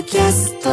キャスト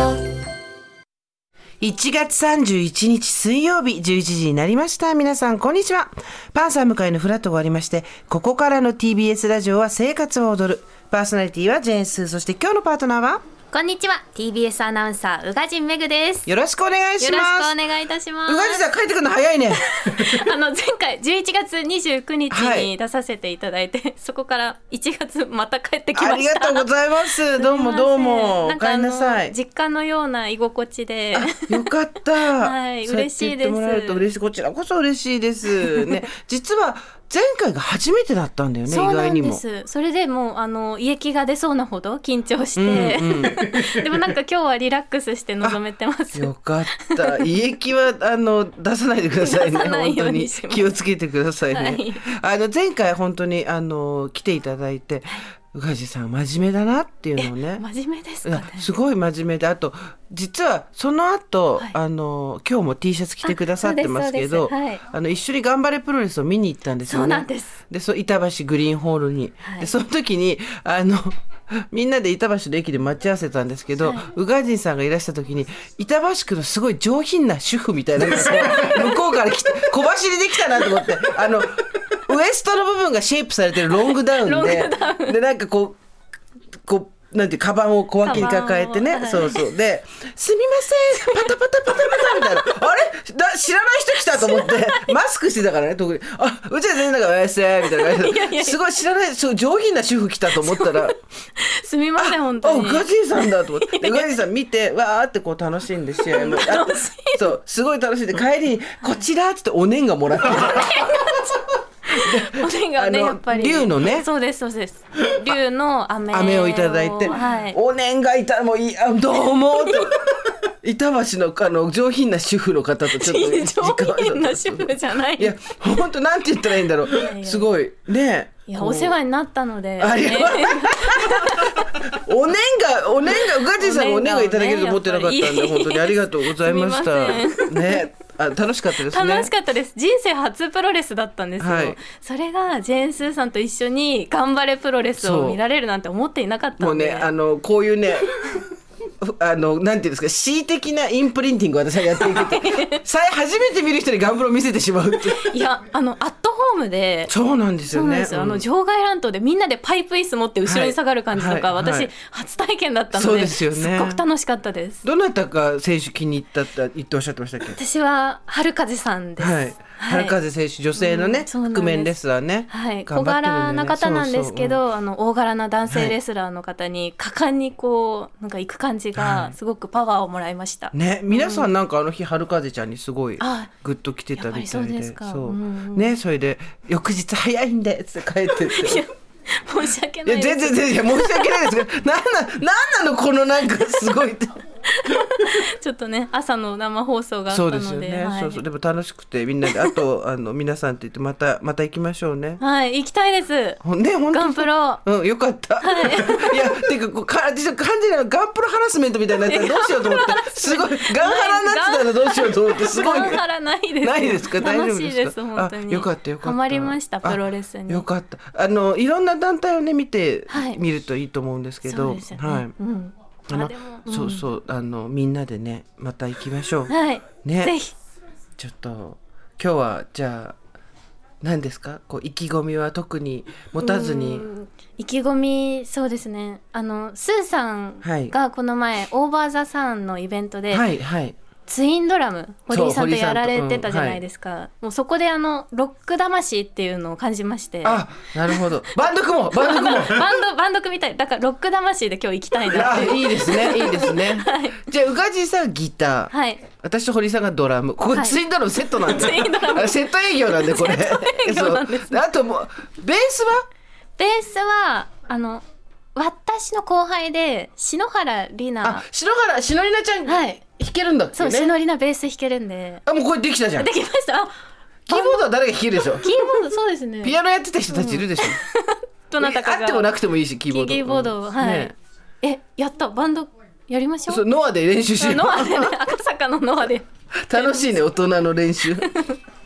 1月31日水曜日11時になりました。皆さんこんにちは。パンサー向井のフラットが終わりまして、ここからの TBS ラジオは生活を踊る。パーソナリティはジェーンスー、そして今日のパートナーはこんにちは、 TBS アナウンサー宇賀神めぐです。 よろしくお願いします。 よろしくお願いいたします。 宇賀神さん帰ってくるの早いね前回11月29日に出させていただいて、そこから1月また帰ってきました。 ありがとうございます。どうもどうも。お帰りなさい。 実家のような居心地でよかったはい、嬉しいです。 そうやって言ってもらえると嬉しい。こちらこそ嬉しいですね。実は前回が初めてだったんだよね。 そうなんです。 意外にもそれでもう胃液が出そうなほど緊張して、でもなんか今日はリラックスして臨めてます。 よかった。胃液は出さないでくださいね。本当に気をつけてくださいね。はい、前回本当に来ていただいて、宇賀神さん真面目だなっていうのをね。 真面目ですかね。 すごい真面目で、あと実はその後、はい、今日も T シャツ着てくださってますけど、はい、一緒に頑張れプロレスを見に行ったんですよね。 そうなんです。 で板橋グリーンホールに、はい、でその時にみんなで板橋の駅で待ち合わせたんですけど、はい、宇賀神さんがいらした時に板橋区のすごい上品な主婦みたいなのが向こうから来て小走りできたなと思って、ウエストの部分がシェイプされてるロングダウンでなんかこうなんてカバンを小脇に抱えてね、はい、そうそうですみませんパタパタパタパタみたいなあれ知らない人来たと思ってマスクしてたからね、特にうちは全然なんかおやすみみたいな感じで、すごい知らないそう上品な主婦来たと思ったらすみません本当に宇賀神さんだと思って宇賀神さん見てわーってこう楽しんで試合もそうすごい楽しんで帰りにこちらってお年賀もらってお年賀ね、やっぱり龍のね、 そうです龍の飴をいただいて、はい、お年賀いたもういいどうもって板橋の上品な主婦の方とちょっと上品な主婦じゃない。 いや本当なんて言ったらいいんだろう。すごいね。 いやお世話になったので。 お年賀宇賀神さんがお年賀いただけると思ってなかったんで本当にありがとうございました。ね。楽しかったですね。 楽しかったです。人生初プロレスだったんですよ、はい、それがジェーンスーさんと一緒に頑張れプロレスを見られるなんて思っていなかったんで、 もうねこういうねなんていうんですか、恣意的なインプリンティングを私はやっていて初めて見る人にガンプロ見せてしまうっていやアットホームでそうなんですよね。 場外乱闘でみんなでパイプ椅子持って後ろに下がる感じとか、はいはい、私初体験だったのそうですよね、 すっごく楽しかったです。 どなたか選手気に入ったって言っておっしゃってましたっけ。 私は春風さんです、 はい春風選手、女性のね、覆面レスラーね、 はい、小柄な方なんですけど、大柄な男性レスラーの方に果敢にこうなんか行く感じがすごくパワーをもらいました、 ね、皆さんなんか日春風ちゃんにすごいグッと来てたみたいで、 そうですか。 ね、それで翌日早いんでって帰ってって申し訳ないです。 全然申し訳ないですけどなんなのこのなんかすごいちょっとね朝の生放送があったので、 そうですよね、 はい、 そうでも楽しくてみんなであと皆さんって言ってまた行きましょうね。 はい行きたいですね。本当ガンプロ、 よかった、はい、いやてか完全にガンプロハラスメントみたいになってどうしようと思ってすごいガンハラになってたらどうしようと思ってすごいガンハラないです。 ないですか。大丈夫ですか。 楽しいです本当に。 よかったハマりましたプロレスに。 よかった。いろんな団体をね見て、見るといいと思うんですけど、 そうですよね、 はい、そうそうみんなでねまた行きましょう。 はいね、 ぜひ。 ちょっと今日はじゃあ何ですか、こう意気込みは特に持たずに。 意気込みそうですね、スーさんがこの前、オーバーザさんのイベントで、はいはい、ツインドラム堀井さんとやられてたじゃないですか、はい、もうそこでロック魂っていうのを感じまして。 あ、なるほど。バンド組みたいだからロック魂で今日行きたいなって。 いいですねいいですね、はい、じゃあ宇賀神さんがギター、はい、私と堀井さんがドラム、ここツインドラムセットなんで、はい、セット営業なんでこれあともうベースは私の後輩で篠原里奈篠里奈ちゃん、はい、弾けるんだっけね。 そう、篠里奈ベース弾けるんで。 もうこれできたじゃん。 できました。 キーボードは誰が弾けるでしょ。 キーボードそうですね。 ピアノやってた人たちいるでしょ、 どなたかが。 あってもなくてもいいしキーボード、 はい、ね、やったバンドやりましょう。 ノアで練習しよう。 ノアでね、赤坂のノアで楽しいね大人の練習